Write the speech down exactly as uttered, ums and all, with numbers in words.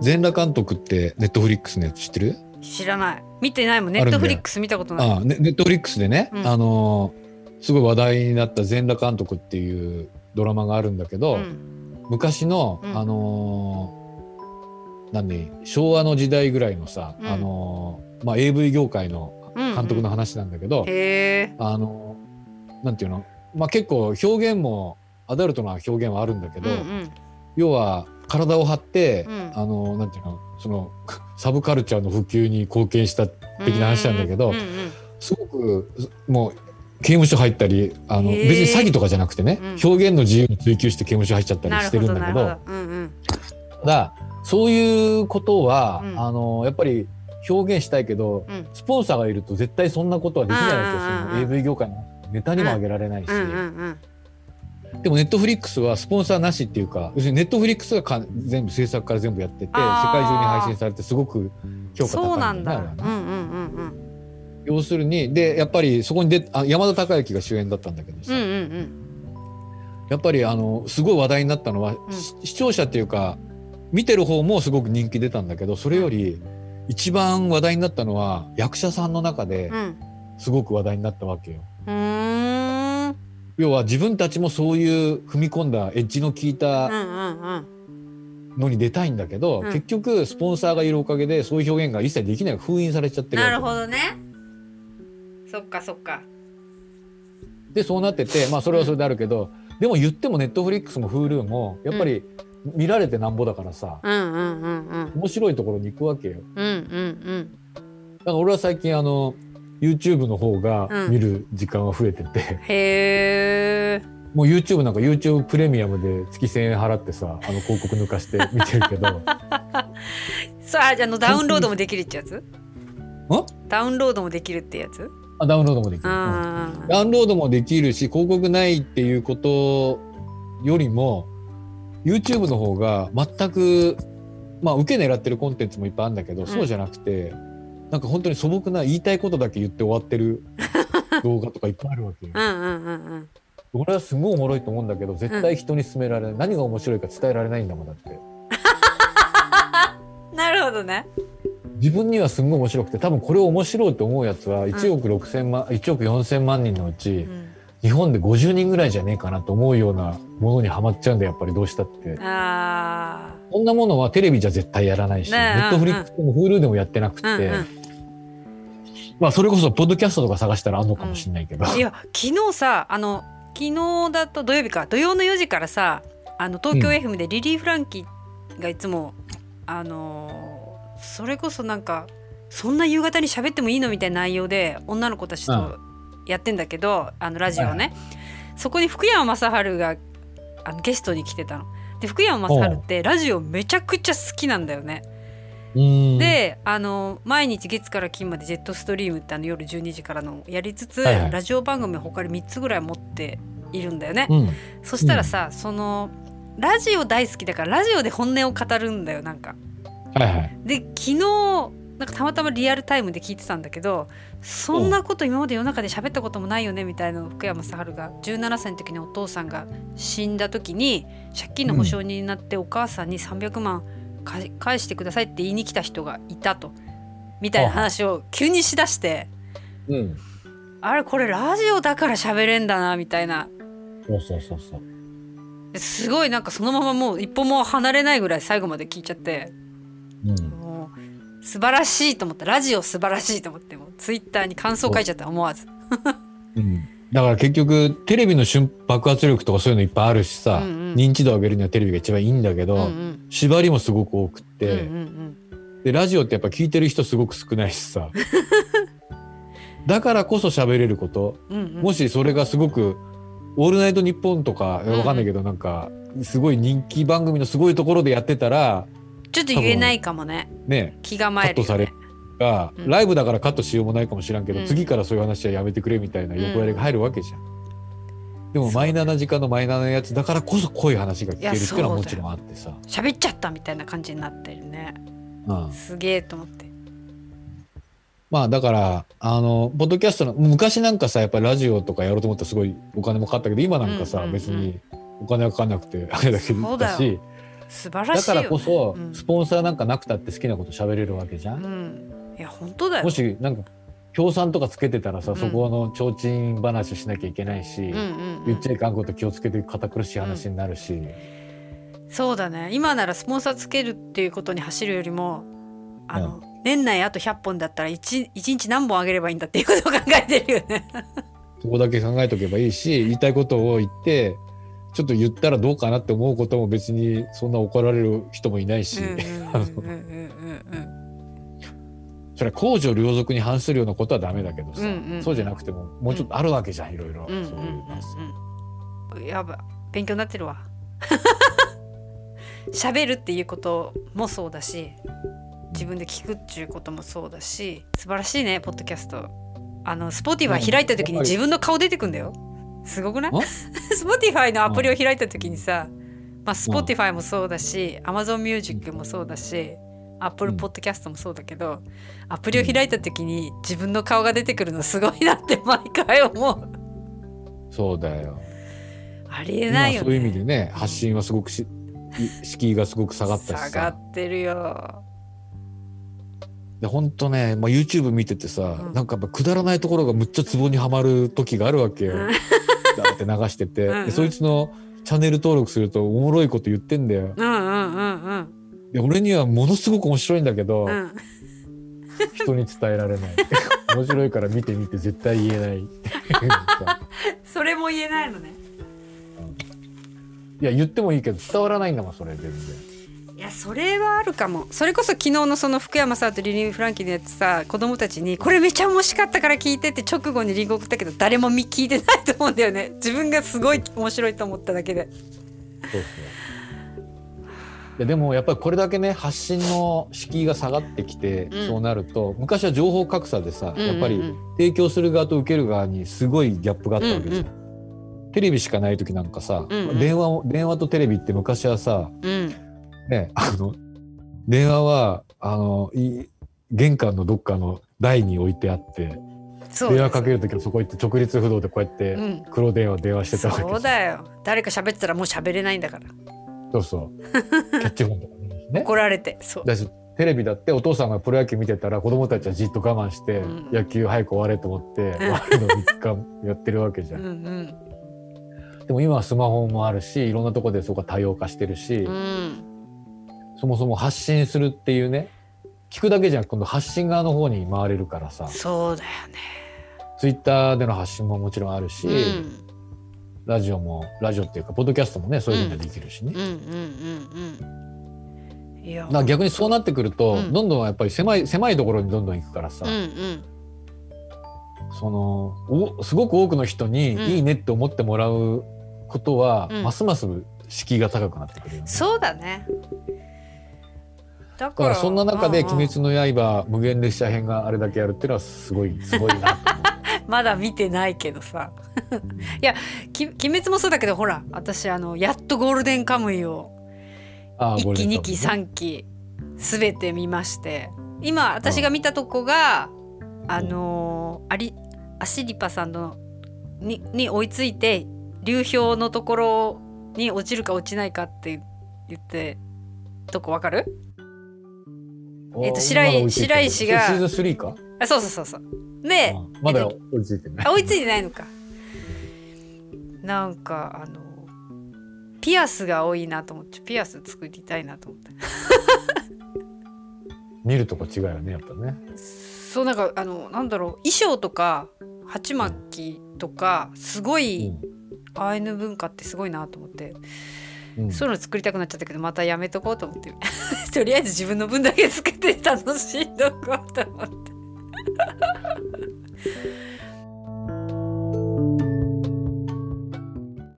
全裸監督ってネットフリックスのやつ知ってる？ 知らない、見てないもん。ネットフリックス見たことない。 ああ、ネットフリックスでね、 うん、 あのすごい話題になった全裸監督っていうドラマがあるんだけど、うん、昔の、うん、あのなんで昭和の時代ぐらいのさ、うん、あのまあ エーブイ 業界の監督の話なんだけど、うんうん、へあのなんていうの、まあ結構表現もアダルトな表現はあるんだけど、うんうん、要は体を張って、うん、あのなんていうの、そのサブカルチャーの普及に貢献した的な話なんだけど、うんうんうん、すごくもう刑務所入ったり、あの別に詐欺とかじゃなくてね、うん、表現の自由に追求して刑務所入っちゃったりしてるんだけど、どうんうん、だそういうことは、うん、あのやっぱり表現したいけど、うん、スポンサーがいると絶対そんなことはできないわけですよ。その エーブイ 業界のネタにも上げられないし、うんうんうんうん、でもネットフリックスはスポンサーなしっていうか、要するにネットフリックスがか全部制作から全部やってて、世界中に配信されてすごく評価高いんだよね。そうなんだ、うんうんうんうん、要するにでやっぱりそこにであ山田孝之が主演だったんだけどさ、うんうんうん、やっぱりあのすごい話題になったのは、うん、視聴者っていうか見てる方もすごく人気出たんだけど、それより一番話題になったのは役者さんの中ですごく話題になったわけよ。うん、要は自分たちもそういう踏み込んだエッジの効いたのに出たいんだけど、うんうんうん、結局スポンサーがいるおかげでそういう表現が一切できない、封印されちゃってるわけ。 なるほどね。そっかそっか。 でそうなってて、まあそれはそれであるけど、うん、でも言ってもネットフリックスも Hulu もやっぱり見られてなんぼだからさ、うんうんうんうん、面白いところに行くわけよ。うんうんうん、だから俺は最近あの YouTube の方が見る時間は増えてて、うん、へー、もう YouTube なんか YouTube プレミアムで月せんえん払ってさ、あの広告抜かして見てるけどそう、あのダウンロードもできるってやつ？ダウンロードもできるってやつ？ あ、ダウンロードもできる、うん、ダウンロードもできるし、広告ないっていうことよりも YouTube の方が全く、まあ受け狙ってるコンテンツもいっぱいあるんだけど、うん、そうじゃなくてなんか本当に素朴な言いたいことだけ言って終わってる動画とかいっぱいあるわけよ。うんうんうんうん、俺はすごいおもろいと思うんだけど、絶対人に勧められない、うん、何が面白いか伝えられないんだもんだってなるほどね。 自分にはすごい面白くて、多分これを面白いと思うやつはいちおくろくせんまん、うん、いちおくよんせんまんにんのうち、うん、日本でごじゅうにんぐらいじゃねえかなと思うようなものにはまっちゃうんだよ、やっぱりどうしたって。あ、こんなものはテレビじゃ絶対やらないし、ね、ネットフリックスでも Hulu でもやってなくて、うんうん、まあそれこそポッドキャストとか探したらあんのかもしれないけど、 うん、いや昨日さ、あの昨日だと土曜日か、土曜のよじからさ、あの東京 エフエム でリリー・フランキーがいつも、うん、あのそれこそなんかそんな夕方に喋ってもいいのみたいな内容で女の子たちとやってんだけど、うん、あのラジオね、はい、そこに福山雅治があのゲストに来てたので、福山雅治ってラジオめちゃくちゃ好きなんだよね。で、あの毎日月から金までジェットストリームってあの夜じゅうにじからのやりつつ、はいはい、ラジオ番組他にみっつぐらい持っているんだよね、うん、そしたらさ、うん、そのラジオ大好きだからラジオで本音を語るんだよなんか、はいはい、で昨日なんかたまたまリアルタイムで聞いてたんだけど、そんなこと今まで世の中で喋ったこともないよねみたいなのを福山雅治がじゅうななさいの時にお父さんが死んだ時に借金の保証人になってお母さんにさんびゃくまん返してくださいって言いに来た人がいたとみたいな話を急にしだして、うん、あれこれラジオだから喋れんだなみたいな、そうそうそうそう、すごいなんかそのままもう一歩も離れないぐらい最後まで聞いちゃって、うん、もう素晴らしいと思った、ラジオ素晴らしいと思って、もうツイッターに感想書いちゃった思わず、 うん、だから結局テレビの瞬爆発力とかそういうのいっぱいあるしさ、うんうん、認知度を上げるにはテレビが一番いいんだけど、うんうん、縛りもすごく多くって、うんうんうん、でラジオってやっぱ聞いてる人すごく少ないしさだからこそ喋れること、うんうん、もしそれがすごくオールナイトニッポンとかわかんないけど、うんうん、なんかすごい人気番組のすごいところでやってたらちょっと言えないかもね、ね、気構えるよね、カットされるか、うん、ライブだからカットしようもないかもしらんけど、うん、次からそういう話はやめてくれみたいな横やりが入るわけじゃん、うん、でもマイナーな時間のマイナーなやつだからこそこういう話が聞けるっていうのはもちろんあってさ、 喋っちゃったみたいな感じになってるね、うん、すげえと思って、 まあだからあのポッドキャストの昔なんかさやっぱりラジオとかやろうと思ったらすごいお金もかかったけど、今なんかさ、うんうんうん、別にお金はかかんなくてあれだけだし、 素晴らしいよ、ね、 だからこそ、うん、スポンサーなんかなくたって好きなこと喋れるわけじゃん、 うん、いや本当だよ。 もしなんか協賛とかつけてたらさ、うん、そこの提灯話しなきゃいけないし、うんうんうん、言っちゃいかんこと気をつけて堅苦しい話になるし、うん、 そうだね。今ならスポンサーつけるっていうことに走るよりもあの、うん、年内あとひゃっぽんだったら 1, いちにち何本あげればいいんだっていうことを考えてるよねそこだけ考えとけばいいし、言いたいことを言ってちょっと言ったらどうかなって思うことも別にそんな怒られる人もいないし、それは公序良俗に反するようなことはダメだけどさ、うんうんうん、そうじゃなくてももうちょっとあるわけじゃん、うん、いろいろ、うんうんうん、そういううん、やば勉強になってるわ喋るっていうこともそうだし、自分で聞くっていうこともそうだし、素晴らしいねポッドキャスト。あの Spotify 開いた時に自分の顔出てくんだよ。すごくない？ Spotify のアプリを開いた時にさ、まあ、Spotify もそうだし Amazon Music もそうだし Apple Podcast もそうだけど、アプリを開いた時に自分の顔が出てくるのすごいなって毎回思う。 そうだよ。 ありえないよね。 そういう意味でね、発信はすごくし敷居がすごく下がったしさ。 下がってるよ。 でほんとね、まあ、YouTube 見ててさ、うん、なんかやっぱくだらないところがむっちゃツボにはまる時があるわけよ。だって流しててうん、うん、でそいつのチャンネル登録するとおもろいこと言ってんだよ。 うんうんうんうん。 で俺にはものすごく面白いんだけど、うん、人に伝えられない面白いから見てみて絶対言えないそれも言えないのね。 いや言ってもいいけど伝わらないんだもんそれ全然。 いやそれはあるかも。それこそ昨日のその福山さんとリリー・フランキーのやつさ、子供たちにこれめちゃ面白かったから聞いてって直後にリンゴ送ったけど誰も聞いてないと思うんだよね。自分がすごい面白いと思っただけで。そうそう。 いやでもやっぱりこれだけね発信の敷居が下がってきて、うん、そうなると昔は情報格差でさ、うんうんうん、やっぱり提供する側と受ける側にすごいギャップがあったわけですよ、うんうん、テレビしかない時なんかさ、うんうん、電話電話とテレビって昔はさ、うんね、あの電話はあの玄関のどっかの台に置いてあって電話かけるときはそこ行って直立不動でこうやって黒電話電話してたわけ、うん、 そうだよ。誰か喋ってたらもう喋れないんだから。 そうそうキャッチフォンとかね怒られて。そうだしテレビだってお父さんがプロ野球見てたら子供たちはじっと我慢して、うん、野球早く終われと思って終わるのみっかやってるわけじゃん、うん、うん、でも今はスマホもあるしいろんなとこでそこが多様化してるし、うん、そもそも発信するっていうね、聞くだけじゃなく今度発信側の方に回れるからさ。 そうだよね。 ツイッターでの発信ももちろんあるし、うん、ラジオもラジオっていうかポッドキャストもねそういう風にできるしね。うんうんうんうん。いや。だから逆にそうなってくると、うん、どんどんやっぱり狭い狭いところにどんどん行くからさ。うんうん、そのおすごく多くの人にいいねって思ってもらうことは、うん、ますます敷居が高くなってくるよね。 そうだね。 だから、だからそんな中で「鬼滅の刃」無限列車編があれだけやるっていうのはすごいすごいなまだ見てないけどさいや鬼滅もそうだけどほら私あのやっとゴールデンカムイをいっきにきさんき全て見まして、今私が見たとこがあのー、アリアシリパさんの に, に追いついて流氷のところに落ちるか落ちないかって言ってとこわかる？えっと白石白石がシーズンスリーか？ あそうそうそうそうでまだ追いついてない。 追いついてないのか。なんかあのピアスが多いなと思ってピアス作りたいなと思って見るとこ違うよねやっぱね。 そうなんかあのなんだろう衣装とか鉢巻きとかすごい、うん、アイヌ文化ってすごいなと思って。うん、そういうの作りたくなっちゃったけどまたやめとこうと思ってとりあえず自分の分だけ作って楽しいとこうと思って